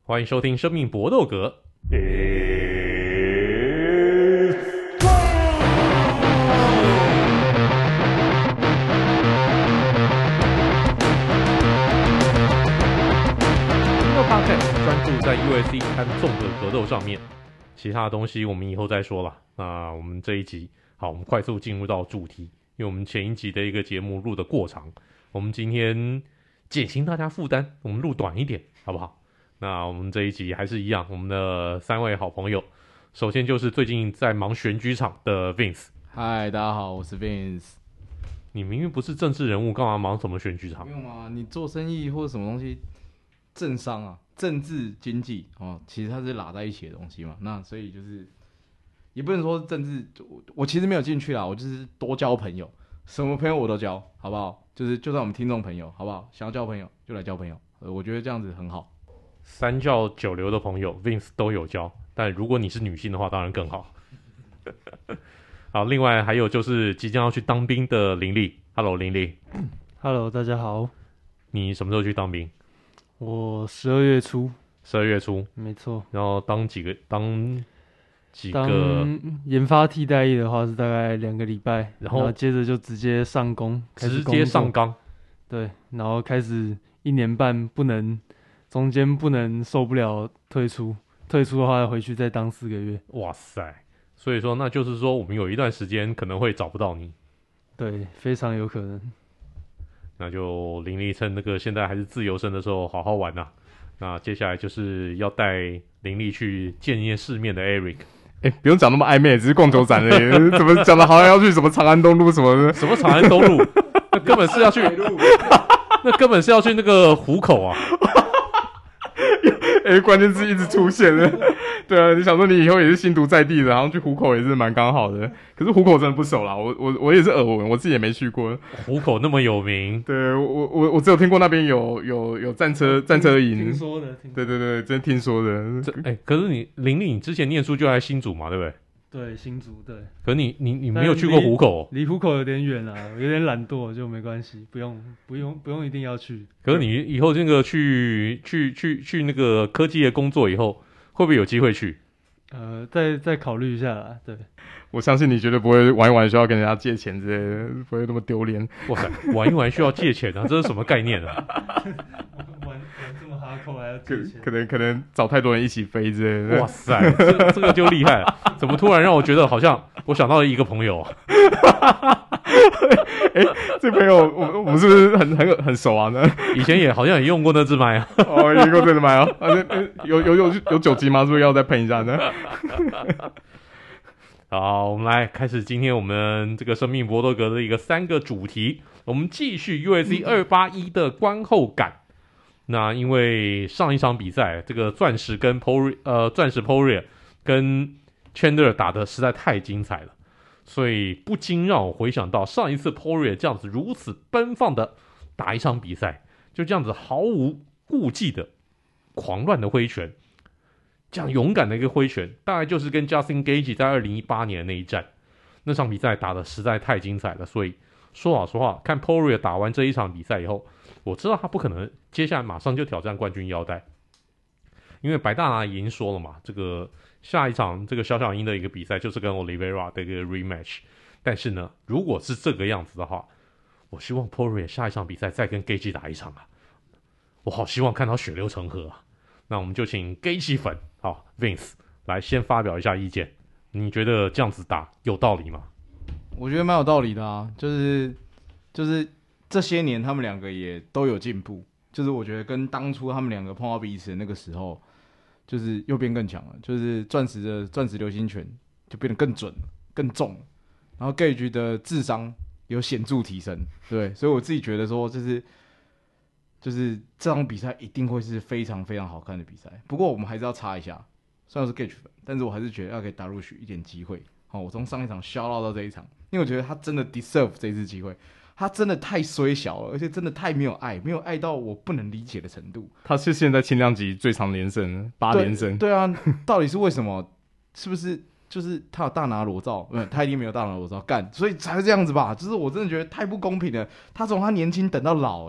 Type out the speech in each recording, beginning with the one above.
欢迎收听《生命搏斗格》。Podcast 专注在 UFC 和综合格斗上面，其他的东西我们以后再说了。那我们这一集，好，我们快速进入到主题，因为我们前一集的一个节目录得过长，我们今天减轻大家负担，我们录短一点，好不好？那我们这一集还是一样，我们的三位好朋友，首先就是最近在忙选举场的 Vince。 嗨，大家好，我是 Vince。 你明明不是政治人物，干嘛忙什么选举场？ 不用啊，你做生意或者什么东西，政商啊，政治经济哦，其实它是拉在一起的东西嘛。那所以就是也不能说政治，我其实没有进去啦，我就是多交朋友，什么朋友我都交，好不好？就算我们听众朋友，好不好？想要交朋友就来交朋友，我觉得这样子很好。 三教九流的朋友 Vince 都有交，但如果你是女性的话，当然更好。好，另外还有就是即将要去当兵的林立 ，Hello 林立 Hello， 大家好， 你什么时候去当兵我12月初， ？12月初， 没错。 然后当几个？ 研发替代役的话是大概2个礼拜， 然后接着就直接上工， 直接上岗。 对，然后开始1年半中间不能受不了退出的话回去再当4个月。 哇塞！所以说，那就是说我们有一段时间可能会找不到你。 对，非常有可能。 那就林立趁那个现在还是自由身的时候好好玩呐。那接下来就是要带林立去见一见世面的 Eric。 不用讲那么暧昧，只是逛酒展而已。怎么讲的好像要去什么长安东路什么的？ 什么长安东路？那根本是要去，那根本是要去那个湖口啊！ 关键字一直出现了。对啊，你想说你以后也是新竹在地的，好像去湖口也是蛮刚好的。可是湖口真的不熟啦，我也是耳闻，我自己也没去过。 湖口那么有名， 对我只有听过那边有战车营， 听说的。 对，真听说的。 可是林立，你之前念书就在新竹嘛，对不对？ 对，新竹对。 可是你没有去过湖口， 离湖口有点远啊，有点懒惰就没关系，不用一定要去。 可是你以后这个去那个科技业工作以后，会不会有机会去？ 再考虑一下啦。对， 我相信你绝对不会玩一玩需要跟人家借钱之类的，不会那么丢脸。 哇塞，玩一玩需要借钱啊，这是什么概念啊？ 玩这么哈扣还要借钱？ 可能找太多人一起飞之类的。 哇塞，这个就厉害了！怎么突然让我觉得好像我想到了一个朋友？ 这朋友我们是不是很熟啊？ 以前也好像也用过那支麦啊。 哦，用过这支麦啊？有酒精吗？是不是要再喷一下呢？ 好，我们来开始今天我们这个生命搏斗格的一个3个主题。我们继续 UFC 281的观后感。那因为上一场比赛，这个钻石 Poirier 跟 Chandler 打的实在太精彩了，所以不禁让我回想到上一次 Poirier 这样子如此奔放的打一场比赛，就这样子毫无顾忌的狂乱的挥拳，这样勇敢的一个挥拳，大概就是跟 Justin Gaethje 在2018年的那一战，那场比赛打的实在太精彩了。所以说老实话，看 Poirier 打完这一场比赛以后，我知道他不可能接下来马上就挑战冠军腰带，因为白大拿已经说了嘛，这个下一场这个小小鹰的一个比赛就是跟 Oliveira 的一个 rematch。但是呢，如果是这个样子的话，我希望 Poirier 下一场比赛再跟 Gaethje 打一场啊，我好希望看到血流成河啊。那我们就请 Gaethje 粉好 Vince 来先发表一下意见，你觉得这样子打有道理吗？ 我觉得蛮有道理的啊，就是这些年他们两个也都有进步，就是我觉得跟当初他们两个碰到彼此的那个时候，就是又变更强了，就是钻石流星拳就变得更准了更重了，然后 Gage 的智商有显著提升，对，所以我自己觉得说就是这场比赛一定会是非常非常好看的比赛。不过我们还是要插一下，虽然我是 Gage 粉，但是我还是觉得要给达鲁许一点机会。好，我从上一场shout out到这一场，因为我觉得他真的 deserve 这一次机会。他真的太衰小了，而且真的太没有爱到我不能理解的程度。 他是现在轻量级最长连胜，8连胜。 对啊，到底是为什么？是不是就是他有大拿裸照？他一定没有大拿裸照干，所以才是这样子吧？就是我真的觉得太不公平了。他从他年轻等到老，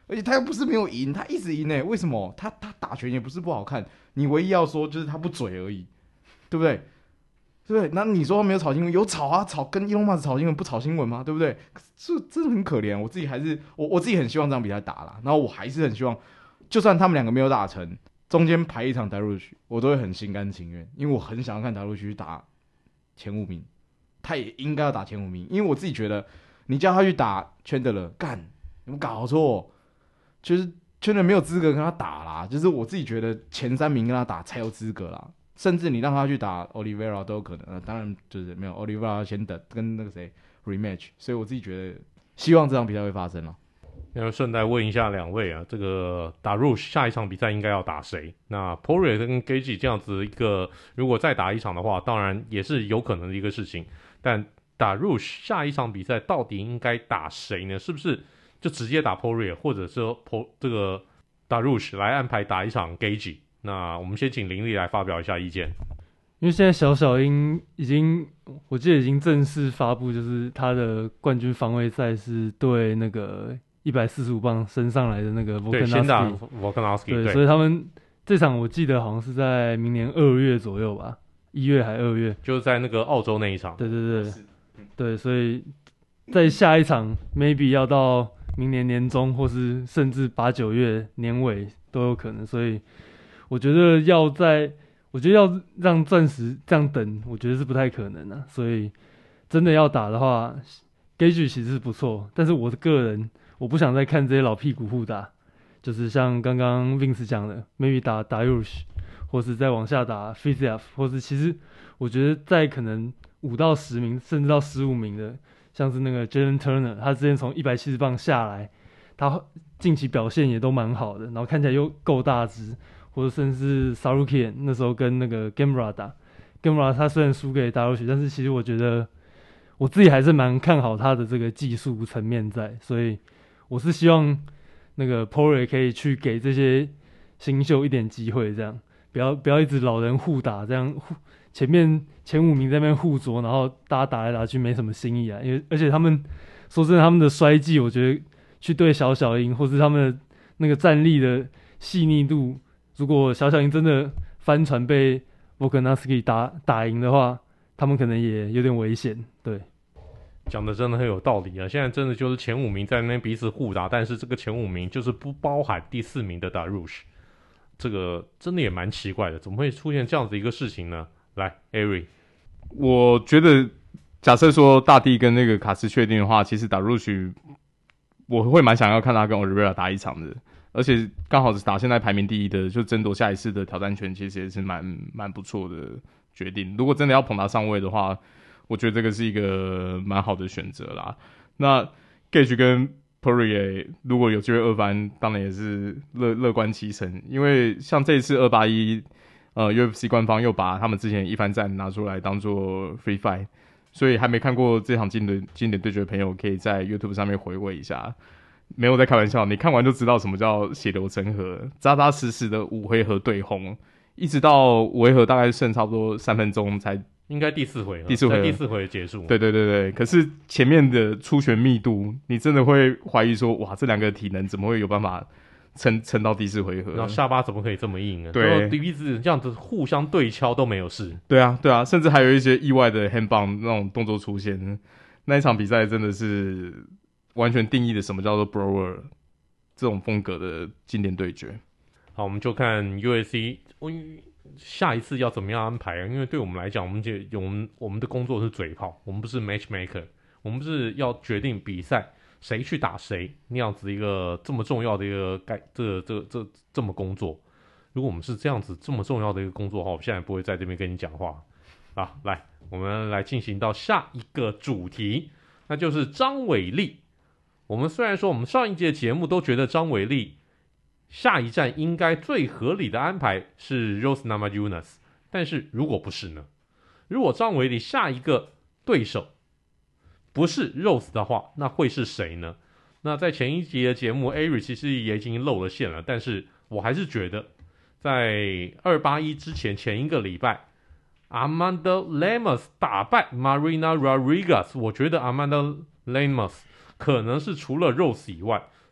而且他又不是没有赢，他一直赢为什么？他打拳也不是不好看，你唯一要说就是他不嘴而已，对不对？对不对？那你说他没有炒新闻，有炒啊，炒跟伊隆马斯炒新闻不炒新闻吗？对不对？这真的很可怜。我自己还是我自己很希望这场比赛打啦，然后我还是很希望，就算他们两个没有打成，中间排一场达鲁许，我都会很心甘情愿，因为我很想要看达鲁许打前5名，他也应该要打前5名，因为我自己觉得你叫他去打圈的了，干有没有搞错？就是圈的没有资格跟他打啦，就是我自己觉得前3名跟他打才有资格啦。甚至你让他去打 Oliveira 都有可能，当然就是没有 Oliveira 先等跟那个谁 rematch， 所以我自己觉得希望这场比赛会发生了。 那顺带问一下2位啊，这个打 Rush 下一场比赛应该要打谁？那 Poirier 跟 Gaethje 这样子一个，如果再打一场的话，当然也是有可能的一个事情。但打 Rush 下一场比赛到底应该打谁呢？是不是就直接打 Poirier， 或者是这个打 Rush 来安排打一场 Gaethje？那我们先请林立来发表一下意见。 因为现在小鹰已经，我记得已经正式发布，就是他的冠军防卫赛是对那个145磅升上来的那个 Volkanovski， 对，先打 Volkanovski， 对，所以他们这场我记得好像是在明年2月左右吧，1月还2月， 就是在那个澳洲那一场。 对对对，对，所以在下一场 maybe 要到明年年中，或是甚至8、9月年尾都有可能，所以我觉得要让钻石这样等，我觉得是不太可能的。所以真的要打的话 ，Gaethje 其实是不错，但是我的个人我不想再看这些老屁股互打，就是像刚刚 Vince 讲的 ，maybe 打 Dariush， 或是再往下打 Fiziev， 或是其实我觉得在可能5到10名，甚至到15名的，像是那个 Jalen Turner， 他之前从170磅下来，他近期表现也都蛮好的，然后看起来又够大只。或者甚至 Sarukian 那时候跟那个 Gamera 打 ，Gamera 他虽然输给达鲁许，但是其实我觉得我自己还是蛮看好他的这个技术层面在，所以我是希望那个 Poirier 可以去给这些新秀一点机会，这样不要一直老人互打，这样前面前5名在那边互啄，然后大家打来打去没什么新意啊，因为而且他们说真的，他们的衰技我觉得去对小鹰，或是他们的那个战力的细腻度。如果小鹰真的翻船被 Volkanovski 打赢的话，他们可能也有点危险。对， 讲的真的很有道理啊！现在真的就是前5名在那边彼此互打，但是这个前5名就是不包含第4名的Dariush，这个真的也蛮奇怪的，怎么会出现这样子一个事情呢？来 ，Ari， 我觉得假设说大帝跟那个卡斯确定的话，其实Dariush我会蛮想要看他跟 Oliveira 打一场的。而且刚好是打现在排名第1的，就争夺下一次的挑战权，其实也是蛮不错的决定。如果真的要捧他上位的话，我觉得这个是一个蛮好的选择啦。那 Gaethje 跟 Poirier 如果有机会2番，当然也是乐观其成。因为像这一次281，UFC 官方又把他们之前1番战拿出来当做 free fight， 所以还没看过这场经典对决的朋友，可以在 YouTube 上面回味一下。没有在开玩笑，你看完就知道什么叫血流成河，扎扎实实的5回合对轰，一直到5回合大概剩差不多3分钟才， 应该第4回合结束。 对，可是前面的出拳密度，你真的会怀疑说，哇，这2个体能怎么会有办法撑到第4回合？ 然后下巴怎么可以这么硬呢？ 对， 鼻子这样子互相对敲都没有事。 对啊，甚至还有一些意外的 handbang 那种动作出现，那一场比赛真的是。完全定义了什么叫做 brawler 这种风格的经典对决。 好，我们就看 UFC 下一次要怎么样安排啊？因为对我们来讲，我们的工作是嘴炮，我们不是 matchmaker， 我们不是要决定比赛谁去打谁那样子一个这么重要的一个这么工作。如果我们是这样子这么重要的一个工作的话，我现在不会在这边跟你讲话啊。来，我们来进行到下一个主题，那就是张伟丽。我们虽然说我们上一届节目都觉得张伟丽下一站应该最合理的安排是 Rose Namajunas， 但是如果不是呢？如果张伟丽下一个对手不是 Rose 的话，那会是谁呢？那在前一集的节目 Ari 其实也已经露了馅了，但是我还是觉得在281之前一个礼拜 Amanda Lemos 打败 Marina Rodriguez， 我觉得 Amanda Lemos可能是除了 Rose 以外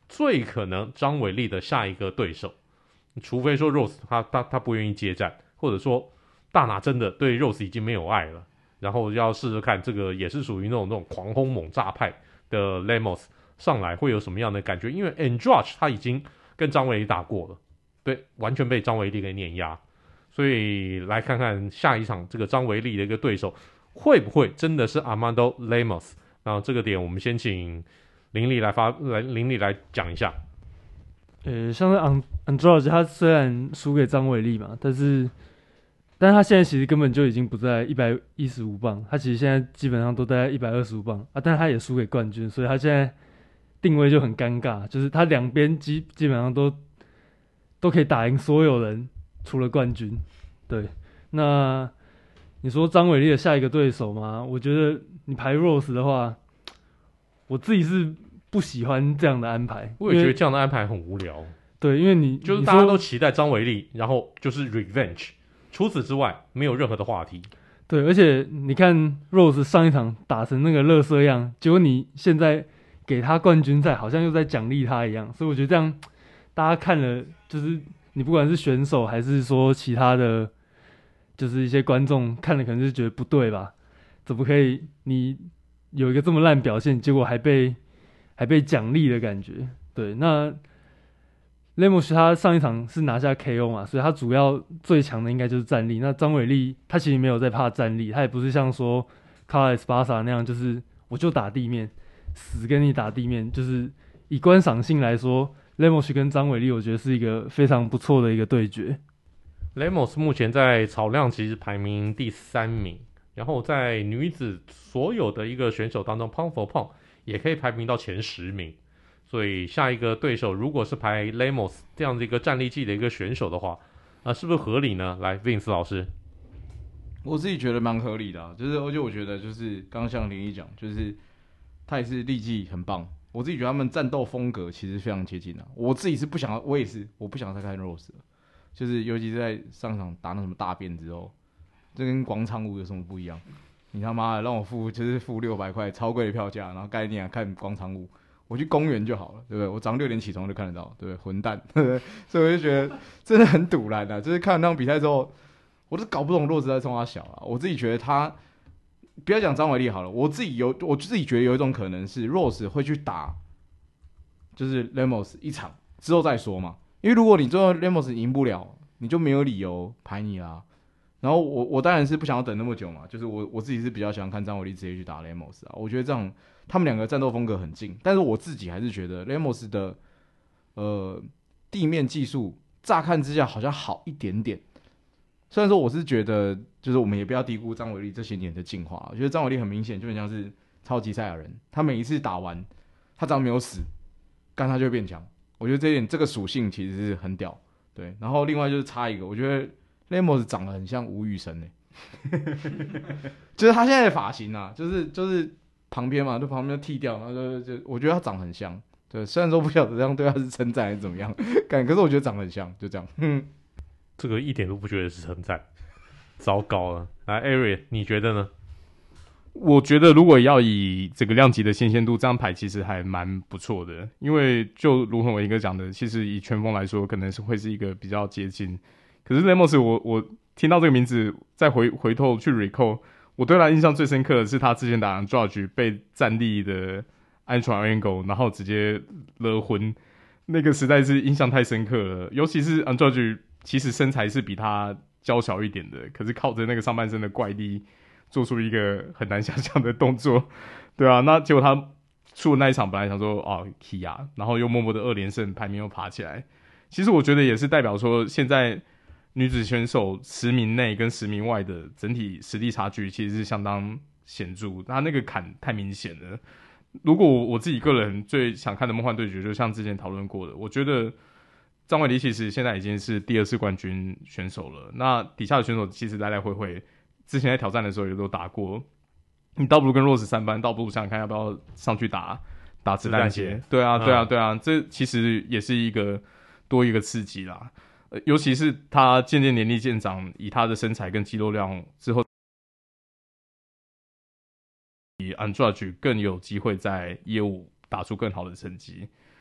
最可能张伟丽的下一个对手，除非说 Rose 他不愿意接战，或者说大拿真的对 Rose 已经没有爱了，然后要试试看这个也是属于那种狂轰猛炸派的 Lemos 上来会有什么样的感觉？因为 Andrade 他已经跟张伟丽打过了，对，完全被张伟丽给碾压，所以来看看下一场这个张伟丽的一个对手会不会真的是 Armando Lemos？ 那这个点我们先请林立来讲一下。 像是 Andrade 他虽然输给张伟丽嘛，但是他现在其实根本就已经不在115磅，他其实现在基本上都在125磅啊，但他也输给冠军，所以他现在定位就很尴尬，就是他两边基本上都可以打赢所有人，除了冠军。对，那你说张伟丽的下一个对手吗？我觉得你排 Rose 的话，我自己是不喜欢这样的安排。 我也觉得这样的安排很无聊。 对，因为你就是大家都期待张伟丽，然后就是 revenge， 除此之外没有任何的话题。 对，而且你看 Rose 上一场打成那个垃圾样，结果你现在给他冠军赛，好像又在奖励他一样，所以我觉得这样大家看了，就是你不管是选手还是说其他的，就是一些观众看了可能就觉得不对吧？怎么可以你有一个这么烂表现，结果还被奖励的感觉？对，那 Lemos 他上一场是拿下 KO 嘛，所以他主要最强的应该就是战力。那张伟丽他其实没有在怕战力，他也不是像说 Carla Esparza 那样，就是我就打地面，死跟你打地面。就是以观赏性来说 ，Lemos 跟张伟丽我觉得是一个非常不错的一个对决。 Lemos 目前在草量其实排名第3名，然后在女子所有的一个选手当中 ，Pound for Pound 也可以排名到前10名。所以下一个对手如果是排 Lemos 这样的一个战力技的一个选手的话，是不是合理呢？来 ，Vince 老师， 我自己觉得蛮合理的啊，就是而且我觉得就是刚刚像林一讲，就是他也是力技很棒。我自己觉得他们战斗风格其实非常接近啊。我自己是不想，我也是我不想再看 Rose 了，就是尤其是在上场打那什么大便之后，这跟广场舞有什么不一样？你他妈的让我付600块超贵的票价，然后概念看广场舞。我去公园就好了，对不对？我早上6点起床就看得到，对不对？混蛋，对不对？所以我就觉得真的很堵然啊！就是看了那场比赛之后，我都搞不懂Rose在冲他小啊。我自己觉得他，不要讲张伟丽好了，我自己觉得有一种可能是 Rose 会去打，就是 Lemos 一场之后再说嘛。因为如果你最后 Lemos 赢不了，你就没有理由排你啦。然后我当然是不想要等那么久嘛，就是我自己是比较喜欢看张伟丽直接去打 Lemos 啊。我觉得这样。他们两个战斗风格很近，但是我自己还是觉得 Lemos 的地面技术乍看之下好像好一点点。虽然说我是觉得，就是我们也不要低估张伟丽这些年的进化。我觉得张伟丽很明显就很像是超级赛亚人，他每一次打完，他只要没有死，干他就会变强。我觉得这个属性其实是很屌。对，然后另外就是差一个，我觉得 Lemos 长得很像吴宇森就是他现在的发型啊，就是旁边嘛，就旁边剃掉，然后就我觉得他长得很像。对，虽然说不晓得这样对他是称赞还是怎么样，可是我觉得长得很像，就这样。 这个一点都不觉得是称赞，糟糕了。来 ，Ari， 你觉得呢？ 我觉得如果要以这个量级的新鲜度，这张牌其实还蛮不错的。因为就如同我一个讲的，其实以拳风来说，可能是会是一个比较接近。可是 Lemos 我听到这个名字，再回头去 recall。我对他印象最深刻的是他之前打 Andrade 被战力的 Angle 然后直接勒昏，那个实在是印象太深刻了。尤其是 Andrade 其实身材是比他娇小一点的，可是靠着那个上半身的怪力做出一个很难想象的动作，对啊，那结果他输的那一场本来想说Kia， 然后又默默的2连胜，排名又爬起来。其实我觉得也是代表说现在女子选手10名内跟10名外的整体实力差距其实是相当显著，他那个坎太明显了。如果我自己个人最想看的梦幻对决，就像之前讨论过的，我觉得张伟丽其实现在已经是第2次冠军选手了。那底下的选手其实来来回回，之前在挑战的时候也都打过。你倒不如跟 Rose 3班，倒不如想想看要不要上去打子弹鞋。对啊，这其实也是多一个刺激啦。尤其是他渐渐年龄渐长，以他的身材跟肌肉量之后，比 Andrade 更有机会在业务打出更好的成绩。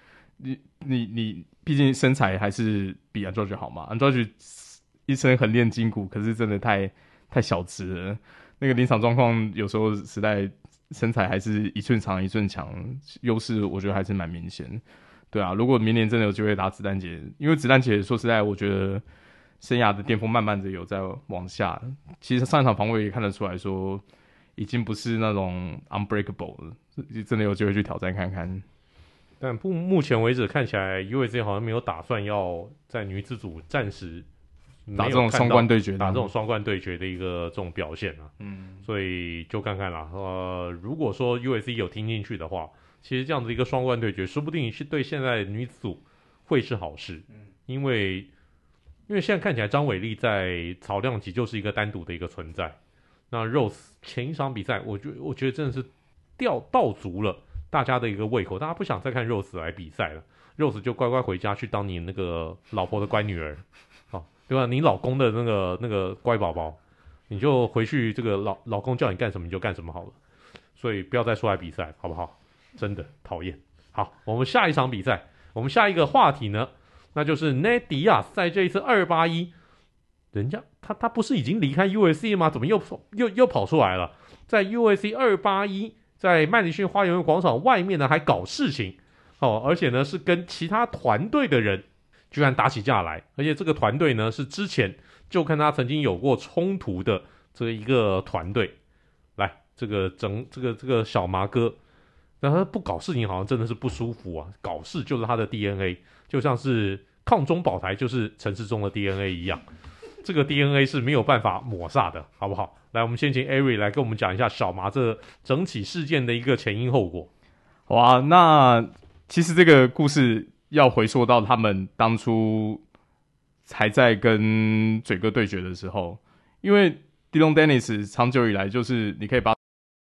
你毕竟身材还是比 Andrade 好嘛。Andrade 一身很练筋骨，可是真的太小只了。那个临场状况有时候实在身材还是一寸长一寸强，优势我觉得还是蛮明显。对啊，如果明年真的有机会打子弹姐，因为子弹姐说实在，我觉得生涯的巅峰慢慢的有在往下。其实上一场防卫也看得出来说，已经不是那种 unbreakable 了，真的有机会去挑战看看。 但目前为止看起来 UFC 好像没有打算要在女子组暂时打这种双冠对决， 打这种双冠对决的一个这种表现啊。 嗯， 所以就看看啦。如果说 UFC 有听进去的话，其实这样子一个双冠对决，说不定是对现在的女子组会是好事。因为现在看起来张伟丽在草量级就是一个单独的一个存在。那 Rose 前一场比赛，我觉得真的是倒足了大家的一个胃口，大家不想再看 Rose 来比赛了。Rose 就乖乖回家去当你那个老婆的乖女儿，对吧？你老公的那个乖宝宝，你就回去这个老公叫你干什么你就干什么好了。所以不要再出来比赛，好不好？真的讨厌。好，我们下一场比赛，我们下一个话题呢，那就是 Nate Diaz 在这一次281，人家他不是已经离开 UFC 吗？怎么又跑出来了？在 UFC 281，在麦迪逊花园广场外面呢，还搞事情而且呢是跟其他团队的人居然打起架来，而且这个团队呢是之前就跟他曾经有过冲突的这一个团队。来，这个小麻哥，但他不搞事情好像真的是不舒服啊，搞事就是他的 DNA， 就像是抗中保台就是陈时中的 DNA 一样，这个 DNA 是没有办法抹煞的，好不好？来，我们先请 Ari 来跟我们讲一下小麻这整起事件的一个前因后果。 好啊，那其实这个故事要回溯到他们当初还在跟嘴哥对决的时候，因为 Dillon Danis 长久以来就是你可以把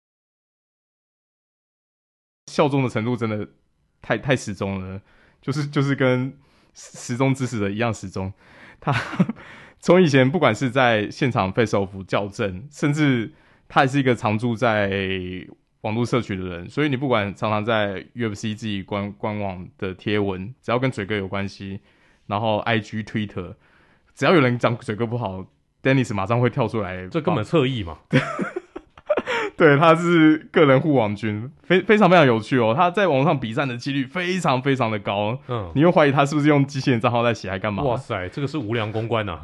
效忠的程度真的太始终了，就是跟始终支持的一样始终。他从以前不管是在现场 face off 校正，甚至他也是一个常驻在网络社群的人，所以你不管常常在 UFC 自己官网的贴文，只要跟嘴哥有关系，然后 IG、Twitter， 只要有人讲嘴哥不好 ，Dennis 马上会跳出来， 这根本侧翼嘛。 对，他是个人护网军，非常非常有趣哦。他在网络上比战的几率非常非常的高，你又怀疑他是不是用机器人账号在写，还干嘛？ 哇塞，这个是无良公关啊！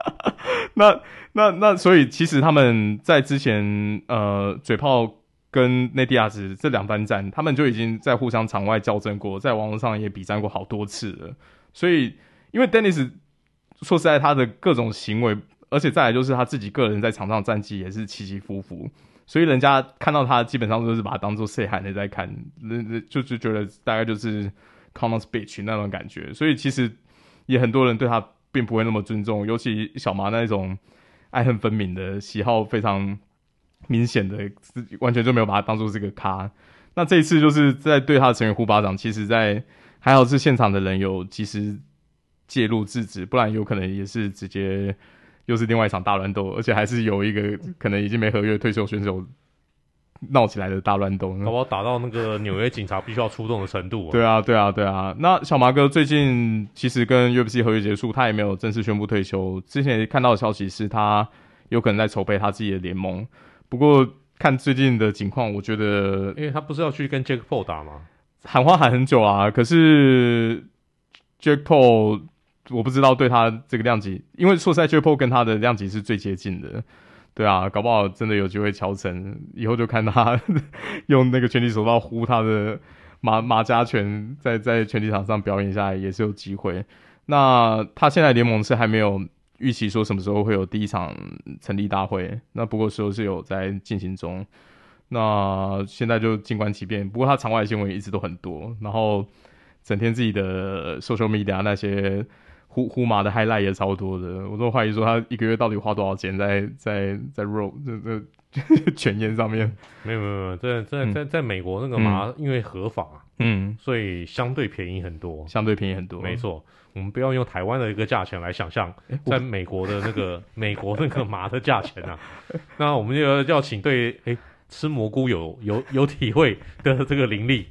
那所以其实他们在之前嘴炮跟内蒂亚兹这两番战，他们就已经在互相场外校正过，在网络上也比战过好多次了。所以因为 Dennis 说实在他的各种行为，而且再来就是他自己个人在场上的战绩也是起起伏伏。所以人家看到他基本上都是把他当作谁喊的在看，就觉得大概就是 Connor's bitch 那种感觉。所以其实也很多人对他并不会那么尊重，尤其小麻那种爱恨分明的喜好非常明显的，完全就没有把他当作这个咖。那这一次就是在对他的成员呼巴掌，其实在还好是现场的人有及时介入制止，不然有可能也是直接又是另外一场大乱斗，而且还是有一个可能已经没合约退休选手闹起来的大乱斗， 搞不好打到那个纽约警察必须要出动的程度。 对啊。那小麻哥最近其实跟 UFC 合约结束，他也没有正式宣布退休。之前看到的消息是他有可能在筹备他自己的联盟，不过看最近的情况，我觉得因为他不是要去跟 Jake Paul 打吗？ 喊话喊很久啊，可是 Jake Paul。我不知道对他这个量级，因为说实在 Jake Paul 跟他的量级是最接近的，对啊，搞不好真的有机会敲成，以后就看他用那个拳击手套呼他的马家拳，在拳击场上表演下来也是有机会。那他现在联盟是还没有预期说什么时候会有第一场成立大会，那不过说是有在进行中，那现在就静观其变。不过他场外新闻一直都很多，然后整天自己的 social media 那些呼麻的 highlight 也超多的，我都怀疑说他一个月到底花多少钱在 roll 这卷烟上面。 没有，在美国那个麻因为合法，所以相对便宜很多，没错，我们不要用台湾的一个价钱来想象，在美国的那个美国那个麻的价钱啊。那我们就要请对吃蘑菇有体会的这个林立。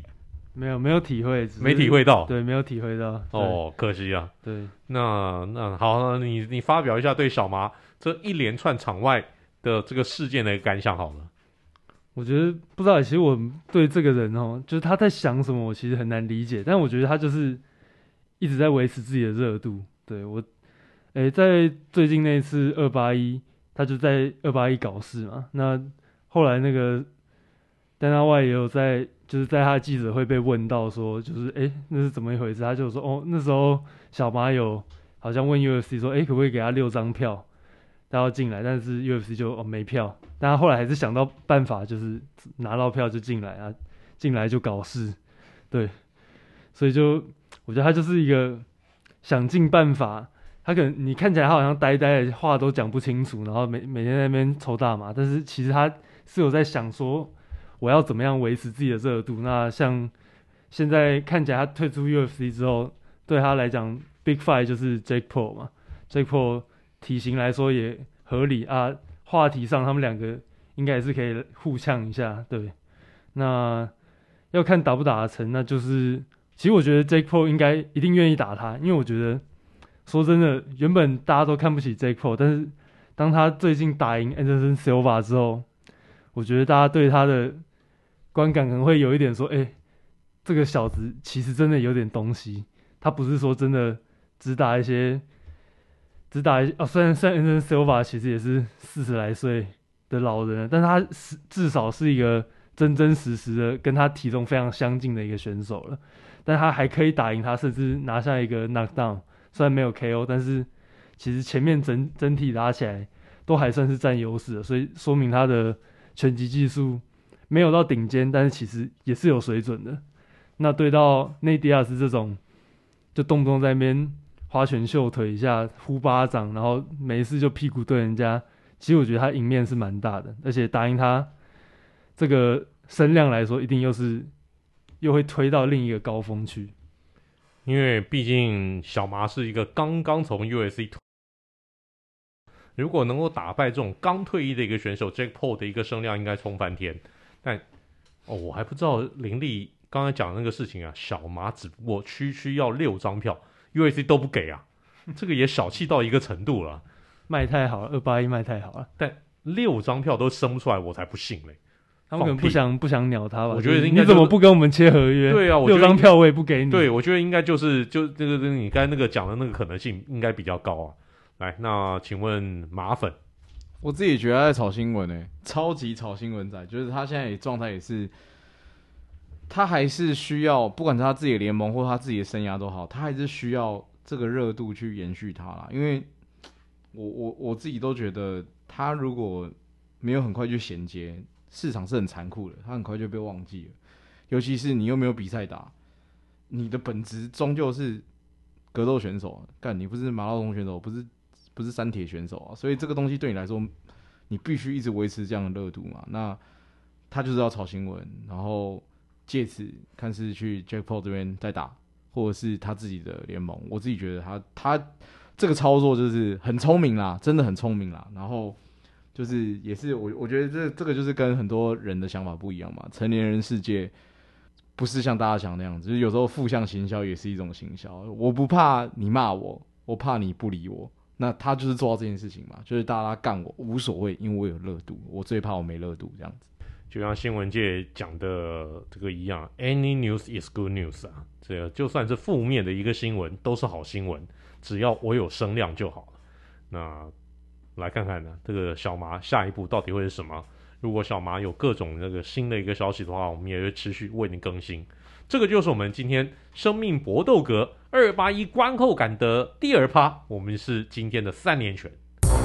没有体会， 没体会到， 对，没有体会到。 哦，可惜啊。 对， 那好，你发表一下对小麻这一连串场外的这个事件的感想好了。 我觉得不知道，其实我对这个人就是他在想什么，我其实很难理解。但我觉得他就是一直在维持自己的热度。对我，在最近那次281，他就在281搞事嘛。那后来那个Dana White也有就是在他的记者会被问到说，就是那是怎么一回事？他就说那时候小麻有好像问 UFC 说，可不可以给他6张票，他要进来，但是 UFC 就没票。但他后来还是想到办法，就是拿到票就进来啊，进来就搞事，对，所以我觉得他就是一个想尽办法，他可能你看起来他好像呆呆的，话都讲不清楚，然后每天在那边抽大麻，但是其实他是有在想说我要怎么样维持自己的热度。那像现在看起来他退出 UFC 之后，对他来讲 Big Five 就是 Jake Paul 嘛 ，Jake Paul 体型来说也合理啊。话题上，他们两个应该也是可以互呛一下，对。那要看打不打得成，那就是其实我觉得 Jake Paul 应该一定愿意打他，因为我觉得说真的，原本大家都看不起 Jake Paul， 但是当他最近打赢 Anderson Silva 之后，我觉得大家对他的观感可能会有一点说，这个小子其实真的有点东西，他不是说真的只打一些。虽然 Anderson Silva 其实也是40来岁的老人，但是他至少是一个真实的跟他体重非常相近的一个选手了，但他还可以打赢他，甚至拿下一个 knockdown， 虽然没有 KO， 但是其实前面整体打起来都还算是占优势的，所以说明他的拳击技术没有到顶尖，但是其实也是有水准的。那对到内迪亚斯这种就动不动在那边花拳绣腿一下，呼巴掌，然后没事就屁股对人家。其实我觉得他赢面是蛮大的，而且打赢他这个声量来说，一定又会推到另一个高峰去。 因为毕竟小麻是一个刚刚从 UFC 如果能够打败这种刚退役的一个选手 ，Jake Paul 的一个声量应该冲翻天。但我还不知道林立刚才讲的那个事情啊，小麻只不过区要6张票。UFC 都不给啊，这个也小气到一个程度了， 卖太好了，281卖太好了， 但6张票都生不出来，我才不信嘞。 他们可能不想鸟他吧？ 我觉得应该、 你怎么不跟我们签合约？ 对啊 ，6张票我也不给你。 对，我觉得应该就这个你刚才那个讲的那个可能性应该比较高啊。来，那请问马粉， 我自己觉得他在炒新闻超级炒新闻仔，就是他现在状态也是。他还是需要，不管是他自己的联盟或他自己的生涯都好，他还是需要这个热度去延续他啦。因为我自己都觉得，他如果没有很快去衔接，市场是很残酷的，他很快就被忘记了。尤其是你又没有比赛打，你的本质终究是格斗选手，你不是马拉松选手，不是三铁选手啊，所以这个东西对你来说，你必须一直维持这样的热度嘛。那他就是要炒新闻，然后借此看是去 Jake Paul 这边再打，或者是他自己的联盟。我自己觉得他这个操作就是很聪明啦，真的很聪明啦。然后就是也是我觉得这个就是跟很多人的想法不一样嘛。成年人世界不是像大家想那样子，就是有时候负向行销也是一种行销。我不怕你骂我，我怕你不理我。那他就是做到这件事情嘛，就是大家干我无所谓，因为我有热度。我最怕我没热度这样子。 就像新闻界讲的这个一样 ，Any news is good news 啊，这个就算是负面的一个新闻都是好新闻，只要我有声量就好了。那来看看呢，这个小麻下一步到底会是什么？如果小麻有各种那个新的一个消息的话，我们也会持续为您更新。这个就是我们今天生命搏斗格281观后感的第2趴，我们是今天的3连拳。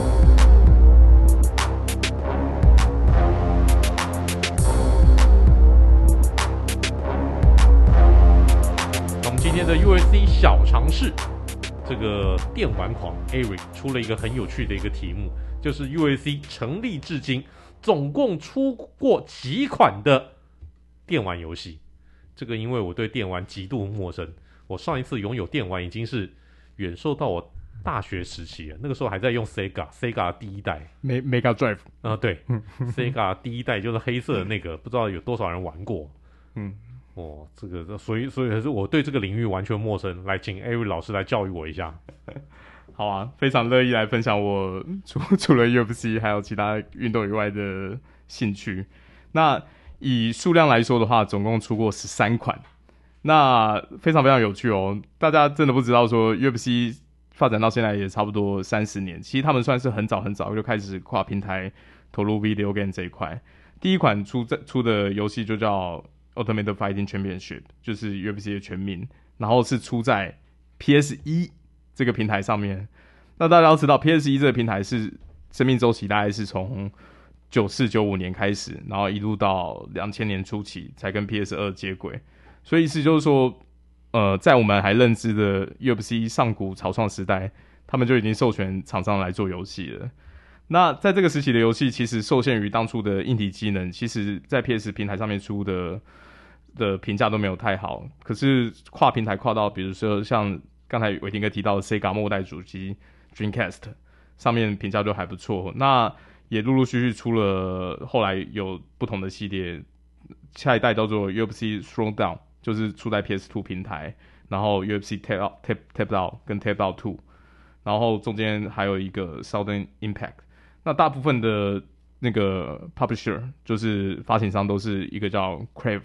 今天的 UFC 小常识，这个电玩狂 Eric 出了一个很有趣的一个题目，就是 UFC 成立至今总共出过几款的电玩游戏。这个因为我对电玩极度陌生，我上一次拥有电玩已经是远受到我大学时期了，那个时候还在用 Sega 第一代 Mega Drive 对Sega 第一代就是黑色的那个，不知道有多少人玩过。 哦，所以还是我对这个领域完全陌生，来请 Avery 老师来教育我一下。 好啊，非常乐意来分享我除了 UFC 还有其他运动以外的兴趣。那以数量来说的话，总共出过13款，那非常非常有趣哦。大家真的不知道说 UFC 发展到现在也差不多30年，其实他们算是很早很早就开始跨平台投入 video game 这一块。第一款出的游戏就叫 Ultimate Fighting Championship， 就是 UFC 的全名，然后是出在 PS1 这个平台上面。那大家要知道 PS1 这个平台是生命周期大概是从94、95年开始，然后一路到2000年初期才跟 PS2 接轨。所以意思就是说，在我们还认知的 UFC 上古草创时代，他们就已经授权厂商来做游戏了。那在这个时期的游戏，其实受限于当初的硬体机能，其实在 PS 平台上面出的评价都没有太好。可是跨平台跨到，比如说像刚才伟霆哥提到的 Sega 末代主机 Dreamcast 上面评价就还不错。那也陆陆续续出了，后来有不同的系列，下一代叫做 UFC Throwdown， 就是出在 PS2 平台，然后 UFC Takedown 跟 Takedown 2， 然后中间还有一个 Southern Impact。那大部分的那个 publisher 就是发行商都是一个叫 Crave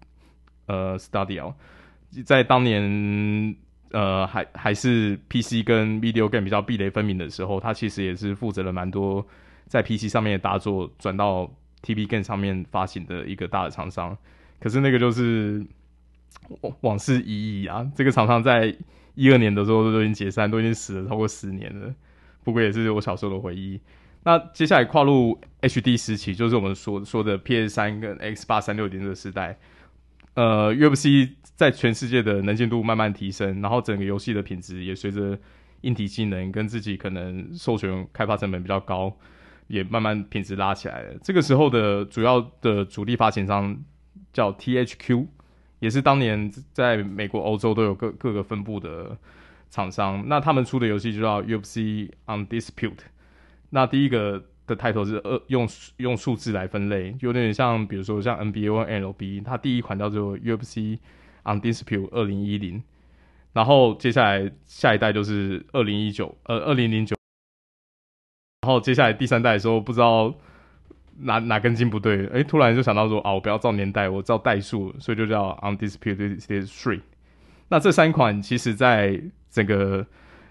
Studio， 在当年还是 PC 跟 Video Game 比较壁垒分明的时候，他其实也是负责了蛮多在 PC 上面的大作转到 TV Game 上面发行的一个大的厂商。可是那个就是往事已矣啊，这个厂商在12年的时候都已经解散，都已经死了超过10年了，不过也是我小时候的回忆。那接下来跨入 HD 时期，就是我们说的 PS3 跟 Xbox 360的时代。UFC 在全世界的能见度慢慢提升，然后整个游戏的品质也随着硬体机能跟自己可能授权开发成本比较高，也慢慢品质拉起来了。这个时候的主要的主力发行商叫 THQ， 也是当年在美国、欧洲都有各个分部的厂商。那他们出的游戏就叫 UFC Undisputed。那第一个的 title 是用数字来分类，有点像比如说像 NBA 或 MLB， 它第一款叫做 UFC Undisputed 2010，然后接下来下一代就是2009，然后接下来第3代的时候不知道哪根筋不对，突然就想到说我不要照年代，我照代数，所以就叫 Undisputed 3。那这3款其实在整个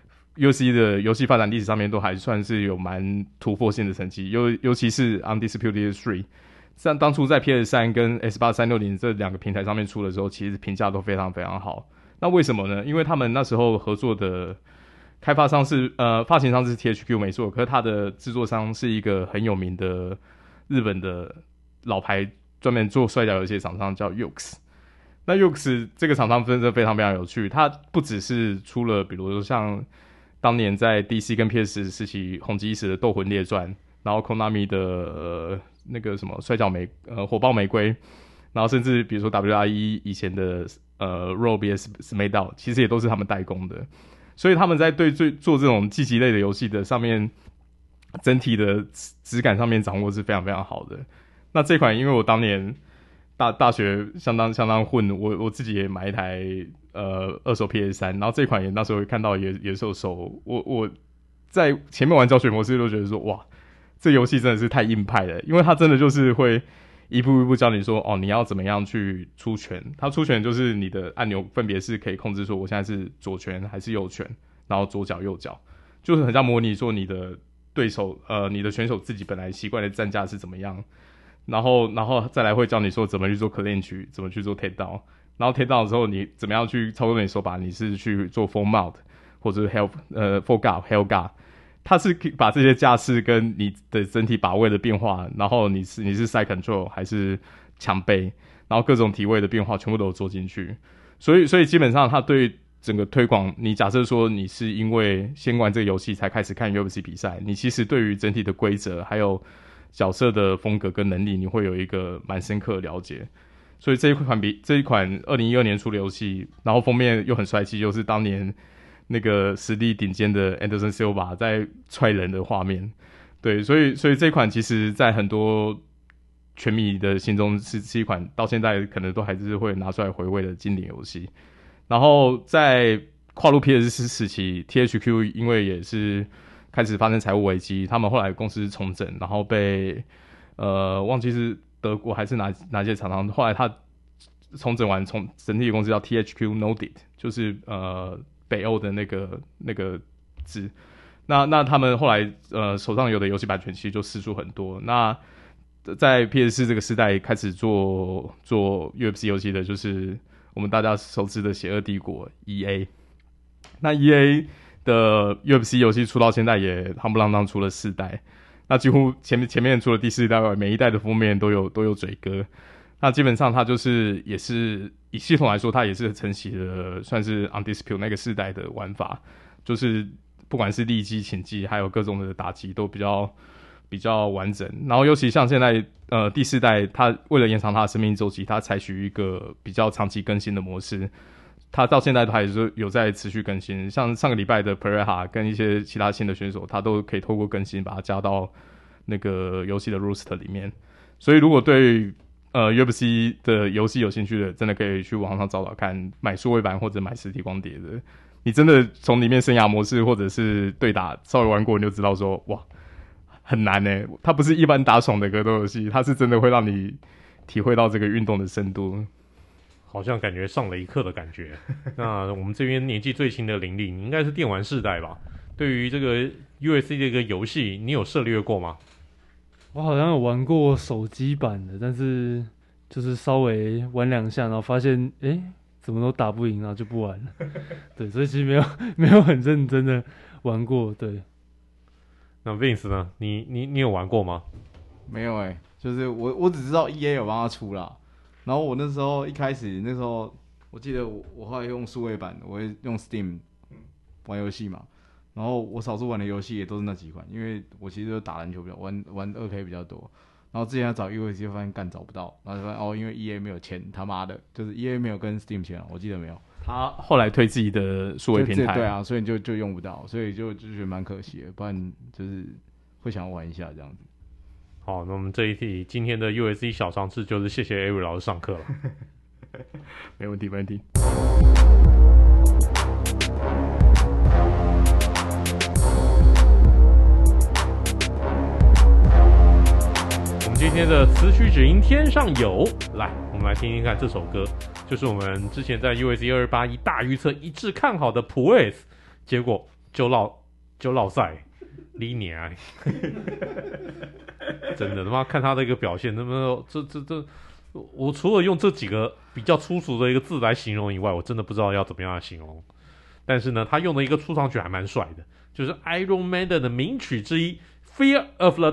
UFC 的游戏发展历史上面都还算是有蛮突破性的成绩，尤其是 Undisputed 3， 像当初在 PS3 跟 Xbox 360这2个平台上面出的时候，其实评价都非常非常好。那为什么呢？因为他们那时候合作的开发商是发行商是 THQ 没错，可是他的制作商是一个很有名的日本的老牌专门做摔跤游戏的厂商叫 Yuke's。那 Yuke's 这个厂商真的非常非常有趣，它不只是出了比如说像当年在 DC 跟 PS 时期红极一时的《斗魂列传》，然后 Konami 的那个什么摔跤火爆玫瑰，然后甚至比如说 WRE 以前的Raw vs SmackDown， 其实也都是他们代工的。所以他们在做这种竞技类的游戏的上面，整体的质感上面掌握是非常非常好的。那这款因为我当年大学相当混，我自己也买一台二手 PS3， 然后这款也那时候看到也是有手，我在前面玩教学模式都觉得说哇，这游戏真的是太硬派了，因为它真的就是会一步一步教你说你要怎么样去出拳，它出拳就是你的按钮分别是可以控制说我现在是左拳还是右拳，然后左脚右脚，就是很像模拟说你的对手你的选手自己本来习惯的站架是怎么样。然后再来会教你说怎么去做 clinch， 怎么去做 takedown， 然后 takedown 之后你怎么样去操作你手把，你是去做 full mount 或者是 full guard hell guard， 它是把这些架势跟你的整体把位的变化，然后你是 side control 还是强背，然后各种体位的变化全部都有做进去，所以基本上它对整个推广，你假设说你是因为先玩这个游戏才开始看 UFC 比赛，你其实对于整体的规则还有角色的风格跟能力，你会有一个蛮深刻的了解。所以这一款2012年出的游戏，然后封面又很帅气，又是当年那个实力顶尖的 Anderson Silva 在踹人的画面。对，所以这一款其实在很多全迷的心中是一款到现在可能都还是会拿出来回味的经典游戏。然后在跨入 PS4 时期 ，THQ 因为也是开始发生财务危机，他们后来公司重整，然后被忘记是德国还是哪些厂商，后来他重整完，整体的公司叫 THQ Nordic， 就是北欧的那个字。那他们后来手上有的游戏版权其实就释出很多。那在 PS4 这个时代开始做 UFC 游戏的，就是我们大家熟知的邪恶帝国 EA。那 EA 的 UFC 游戏出到现在也夯不啷当出了4代，那几乎前面出了第4代，每一代的封面都有嘴歌。那基本上它就是也是以系统来说，它也是承袭了算是 Undisputed 那个世代的玩法，就是不管是立击、擒击，还有各种的打击都比较完整。然后尤其像现在第4代，它为了延长它的生命周期，它采取一个比较长期更新的模式。它到现在都还是有在持续更新，像上个礼拜的 Pereira 跟一些其他新的选手，他都可以透过更新把它加到那个游戏的 roster 里面。所以如果对UFC 的游戏有兴趣的，真的可以去网上找看，买数位版或者买实体光碟的。你真的从里面生涯模式或者是对打稍微玩过，你就知道说哇，很难欸。它不是一般打爽的格斗游戏，它是真的会让你体会到这个运动的深度。 好像感觉上了一课的感觉。那我们这边年纪最轻的玲玲，你应该是电玩世代吧？对于这个 UFC 这个游戏，你有涉猎过吗？ 我好像有玩过手机版的，但是就是稍微玩2下，然后发现怎么都打不赢，然后就不玩了。对，所以其实没有很认真的玩过。对， 那 Vince 呢？你有玩过吗？ 没有就是我只知道 EA 有帮他出啦。然后我那时候我记得我后来用数位版，我会用 Steam 玩游戏嘛。然后我少数玩的游戏也都是那几款，因为我其实就打篮球比较玩 2K 比较多。然后之前要找 UFC 就发现找不到，然后就发现因为 EA 没有签，他妈的，就是 EA 没有跟 Steam 签，我记得没有。 他后来推自己的数位平台， 对啊，所以就用不到，所以就觉得蛮可惜的，不然就是会想要玩一下这样子。 好，那我们这一题今天的 UFC 小常识就是谢谢 Avery 老师上课了。 没问题。 我们今天的词曲只因天上有，来，我们来听听看这首歌，就是我们之前在 UFC 2281大预测一致看好的 Puez， 结果就落赛，离年啊！真的他妈看他的一个表现，他妈这，我除了用这几个比较粗俗的一个字来形容以外，我真的不知道要怎么样来形容。但是呢，他用的一个出场曲还蛮帅的，就是 Iron Maiden 的名曲之一《Fear of the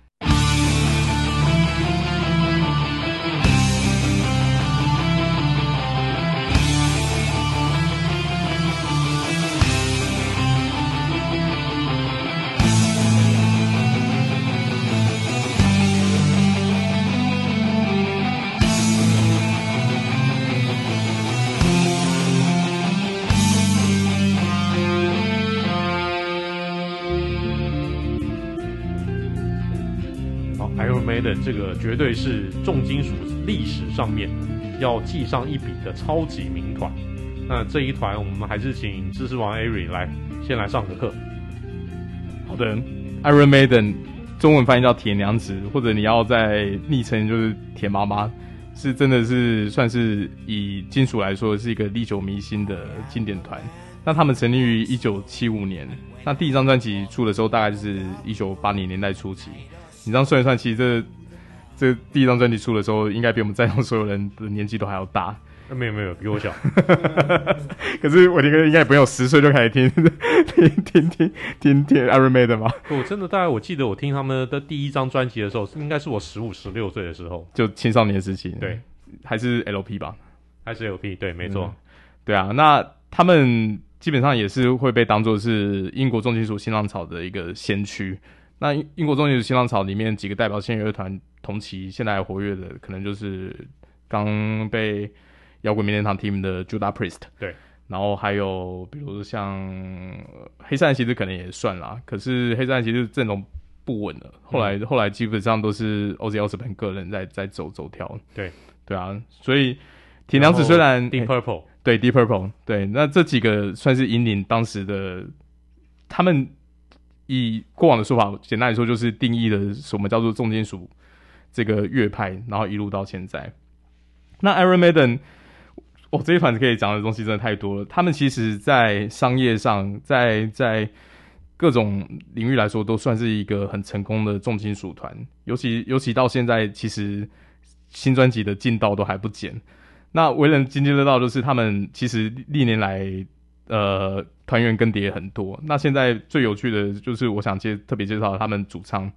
Dark》。Iron Maiden 这个绝对是重金属历史上面要记上一笔的超级名团。那这一团我们还是请知识王 Avery 先来上个课。 好的 ，Iron Maiden 中文翻译叫铁娘子，或者你要在昵称就是铁妈妈，是真的是算是以金属来说是一个历久弥新的经典团。那他们成立于1975年，那第一张专辑出的时候大概就是1980年代初期。你这样算一算，其实这第一张专辑出的时候，应该比我们在场所有人的年纪都还要大。 没有，比我小。 可是我应该也不用10岁就开始听 Iron Maiden 吧？ 我真的大概我记得我听他们的第一张专辑的时候，应该是我15、16岁的时候， 就青少年时期。 对， 还是 LP 吧？ 还是 LP？ 对，没错。 对啊，那他们基本上也是会被当作是英国重金属新浪潮的一个先驱。那英国重金属新浪潮里面几个代表性乐团同期现在还活跃的，可能就是刚被摇滚名人堂提名的 Judas Priest， 对， 然后还有比如说像黑山骑士可能也算啦，可是黑山骑士阵容不稳了。后来基本上都是 Ozzy Osbourne 个人在走跳。对啊，所以铁娘子虽然 Deep Purple 对 Deep Purple 对，那这几个算是引领当时的他们以过往的说法，简单来说就是定义了什么叫做重金属这个乐派，然后一路到现在。那 Iron Maiden， 这一团可以讲的东西真的太多了。他们其实在商业上，在各种领域来说，都算是一个很成功的重金属团。尤其到现在，其实新专辑的进度都还不减。那为人津津乐道就是他们其实历年来团员更迭很多。那现在最有趣的就是我想特别介绍他们主唱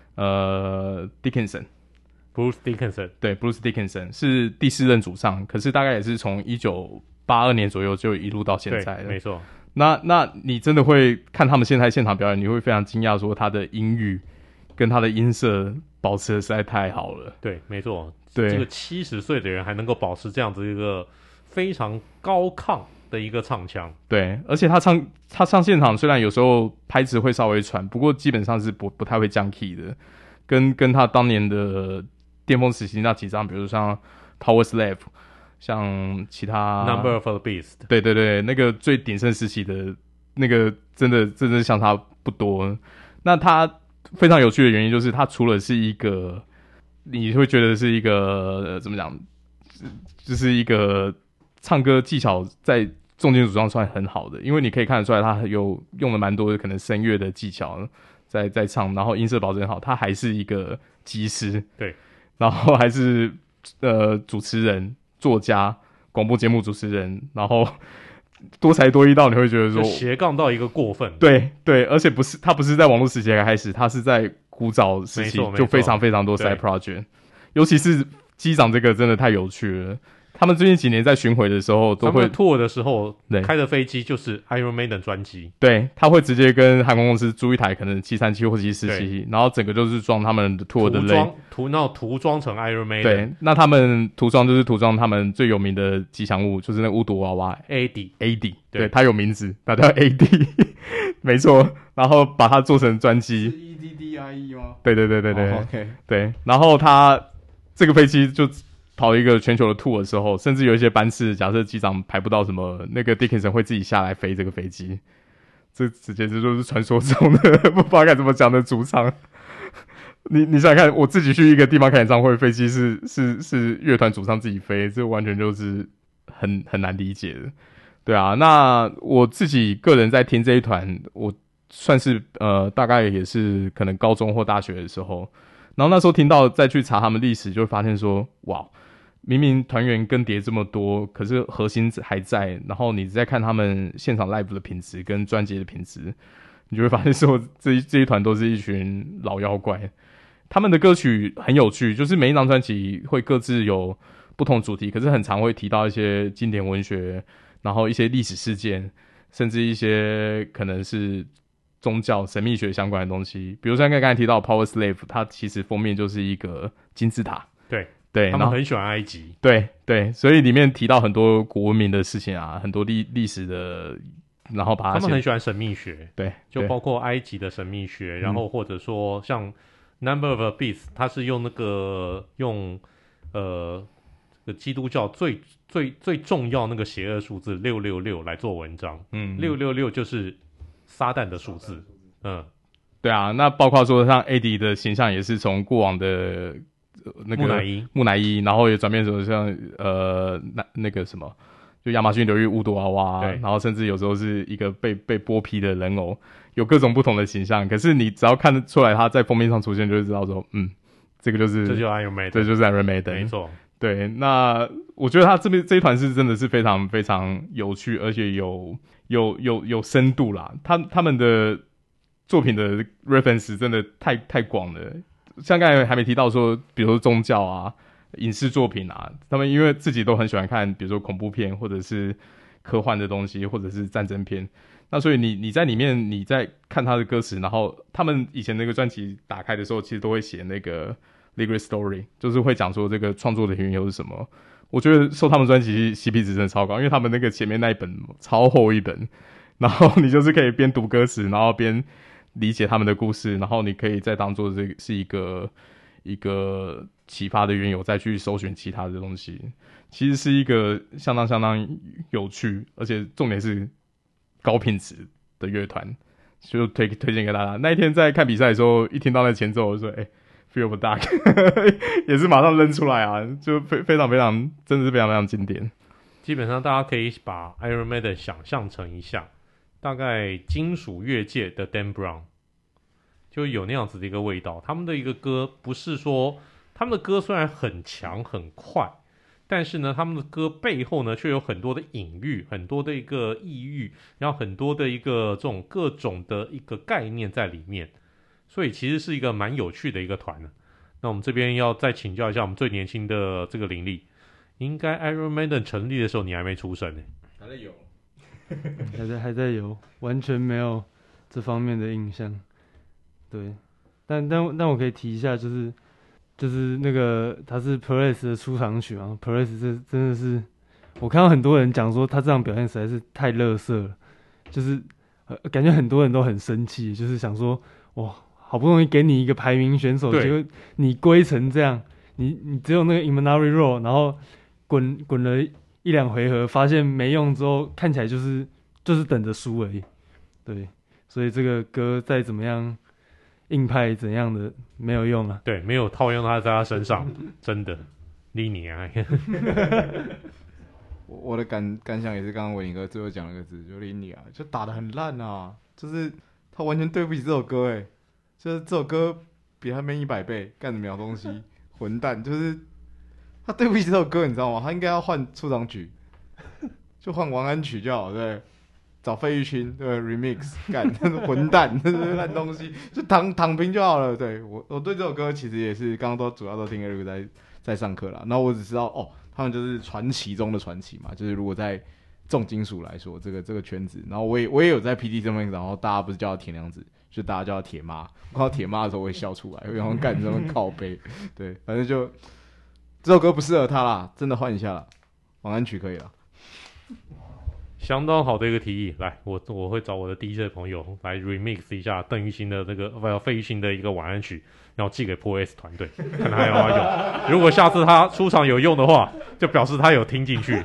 Dickinson。 Bruce Dickinson 对 Bruce Dickinson 是第4任主唱，可是大概也是从1982年左右就一路到现在了。 对，没错。 那你真的会看他们现场表演，你会非常惊讶，说他的音域跟他的音色保持的实在太好了。 对，没错。 对， 这个70岁的人还能够保持这样子一个非常高亢的一个唱腔。 对，而且他上现场虽然有时候拍子会稍微喘，不过基本上是不太会降 key 的，跟他当年的巅峰时期那几张，比如像 Power Slave， 像其他 Number of the Beast， 对，那个最鼎盛时期的那个真的相差不多。那他非常有趣的原因就是他除了是一个你会觉得是一个怎么讲，就是一个唱歌技巧在重金属上算很好的，因为你可以看得出来他有用了蛮多的可能声乐的技巧在唱，然后音色保证好，他还是一个技师， 对， 然后还是主持人、作家、广播节目主持人，然后多才多艺到你会觉得说斜杠到一个过分。 对，而且他不是在网络时期开始，他是在古早时期就非常非常多 side project， 尤其是机长这个真的太有趣了。他们最近几年在巡回的时候，都会 tour 的时候开的飞机就是 Iron Maiden 专机， 对，他会直接跟航空公司租一台可能737或747，然后整个就是装他们的 tour 的涂装成 Iron Maiden。 对，那他们涂装他们最有名的吉祥物，就是那个巫毒娃娃 AD， 对，他有名字，他叫 AD， 没错，然后把它做成专机， 是 EDDIE 吗？ 对， OK， 对，然后他这个飞机就跑一个全球的 tour 的时候，甚至有一些班次，假设机长排不到什么，那个 Dickinson 会自己下来飞这个飞机，这简直就是传说中的不知道该怎么讲的主唱。你想想看，我自己去一个地方看演唱会，飞机是乐团主唱自己飞，这完全就是很难理解的。对啊，那我自己个人在听这一团，我算是大概也是可能高中或大学的时候，然后那时候听到再去查他们历史，就会发现说，哇，明明团员更迭这么多，可是核心还在。然后你再看他们现场 live 的品质跟专辑的品质，你就会发现说这一团都是一群老妖怪。他们的歌曲很有趣，就是每一张专辑会各自有不同主题，可是很常会提到一些经典文学，然后一些历史事件，甚至一些可能是宗教神秘学相关的东西。比如说刚才提到 Power Slave， 它其实封面就是一个金字塔。对， 他们很喜欢埃及。 对，所以里面提到很多古文明的事情啊，很多历史的，然后把它他们很喜欢神秘学。 对， 就包括埃及的神秘学，然后或者说像 Number of the Beast， 它是用基督教最重要那个邪恶数字666来做文章。666就是撒旦的数字。 对啊，那包括说像 AD 的形象也是从过往的那个木乃伊，然后也转变成像那个什么，就亚马逊流域巫毒娃娃，然后甚至有时候是一个被剥皮的人偶，有各种不同的形象。可是你只要看得出来他在封面上出现，就会知道说，这就是 Iron Maiden， 这就是 Iron Maiden， 没错。 对，那我觉得他这一团是真的是非常非常有趣，而且有深度啦。他们的作品的 reference 真的太广了。像刚才还没提到说，比如说宗教啊、影视作品啊，他们因为自己都很喜欢看，比如说恐怖片或者是科幻的东西，或者是战争片。那所以你在里面你在看他的歌词，然后他们以前那个专辑打开的时候，其实都会写那个 Lyric Story， 就是会讲说这个创作的缘由是什么。我觉得收他们专辑 CP 值真的超高，因为他们那个前面那一本超厚一本，然后你就是可以边读歌词，然后边理解他们的故事，然后你可以再当做这个是一个启发的缘由，再去搜寻其他的东西。其实是一个相当有趣，而且重点是高品质的乐团，就推荐给大家。那一天在看比赛的时候，一听到那前奏，我就说Fear of the Dark 也是马上扔出来啊，就非常真的是非常经典。 基本上大家可以把 Iron Maiden 想象成一下，大概金属乐界的 Dan Brown， 就有那样子的一个味道。他们的一个歌不是说，他们的歌虽然很强很快，但是呢，他们的歌背后呢却有很多的隐喻，很多的一个意喻，然后很多的一个这种各种的一个概念在里面，所以其实是一个蛮有趣的一个团的。那我们这边要再请教一下我们最年轻的这个林立，应该 Iron Maiden 成立的时候你还没出生呢？ 还在有， 还在有，完全没有这方面的印象。对，但我可以提一下，就是那个他是 Perez 的出场曲嘛 ，Perez 这真的是我看到很多人讲说他这样表现实在是太垃圾了，就是感觉很多人都很生气，就是想说哇，好不容易给你一个排名选手，结果你归成这样，你只有那个 Imanari Roll， 然后滚了一两回合，发现没用之后，看起来就是等着输而已。对，所以这个歌再怎么样硬派怎样的没有用啊。 对，没有套用在他身上，真的。Linear 我的感想也是刚刚维尼哥最后讲了个字，就 Linear， 就打得很烂啊，就是他完全对不起这首歌就是这首歌比他们100倍，干什么东西，混蛋，就是他对不起这首歌，你知道吗？他应该要换出场曲，就换晚安曲就好，对，找费玉清对 remix， 干，混蛋，烂东西，就躺平就好了。对我对这首歌其实也是刚刚主要都听 Eric 在上课啦，然后我只知道他们就是传奇中的传奇嘛，就是如果在重金属来说，这个圈子，然后我也有在 PT 上面，然后大家不是叫他铁娘子，就大家叫他铁妈。我看到铁妈的时候，我会笑出来，然后干这么靠背。对，反正就这首歌不适合他啦，真的换一下啦，晚安曲可以了。 相当好的一个提议，来，我会找我的 DJ 朋友来 remix 一下邓玉兴的这个费玉清的一个晚安曲，然后寄给 Pro S 团队，看他有没有用。如果下次他出场有用的话，就表示他有听进去。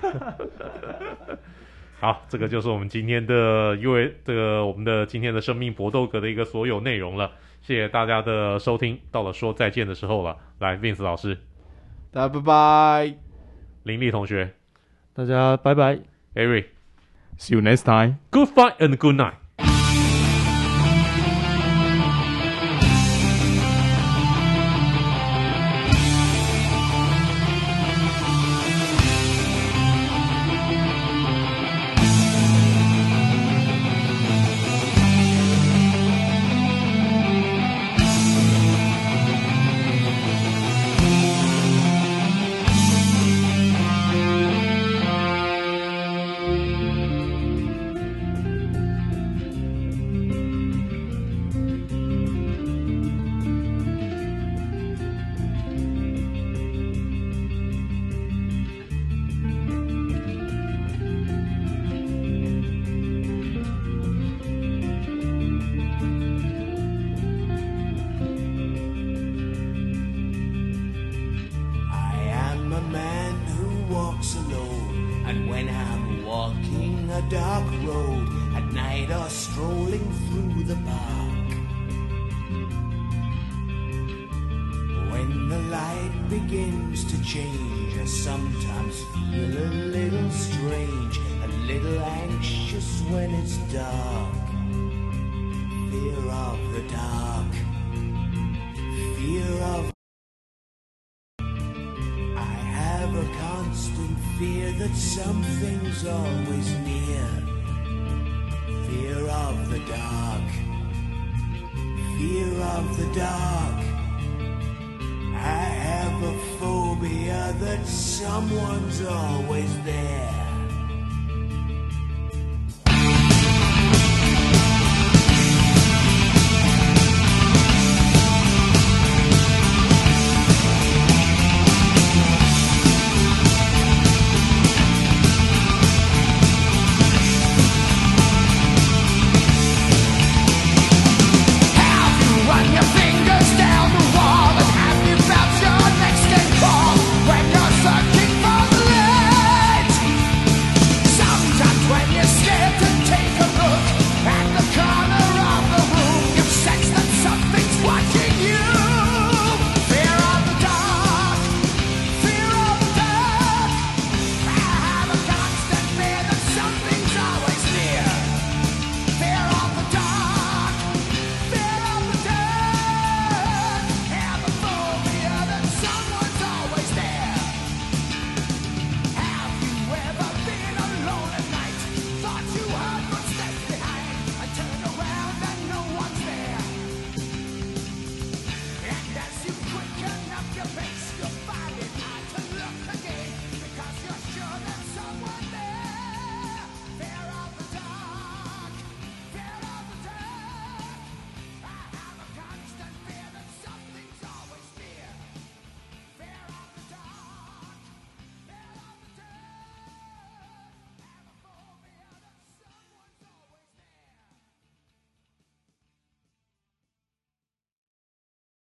好，这个就是我们今天的我们的今天的生命搏斗格的一个所有内容了。谢谢大家的收听，到了说再见的时候了。来 ，Vince 老师， 大家拜拜。 林立同学， 大家拜拜。 Eric。See you next time. Good fight and good night. Dark road at night or strolling through the park. When the light begins to change, I sometimes feel a little strange, a little anxious when it's dark. Fear of the dark, fear of a constant fear that something's always near. Fear of the dark, fear of the dark. I have a phobia that someone's always there.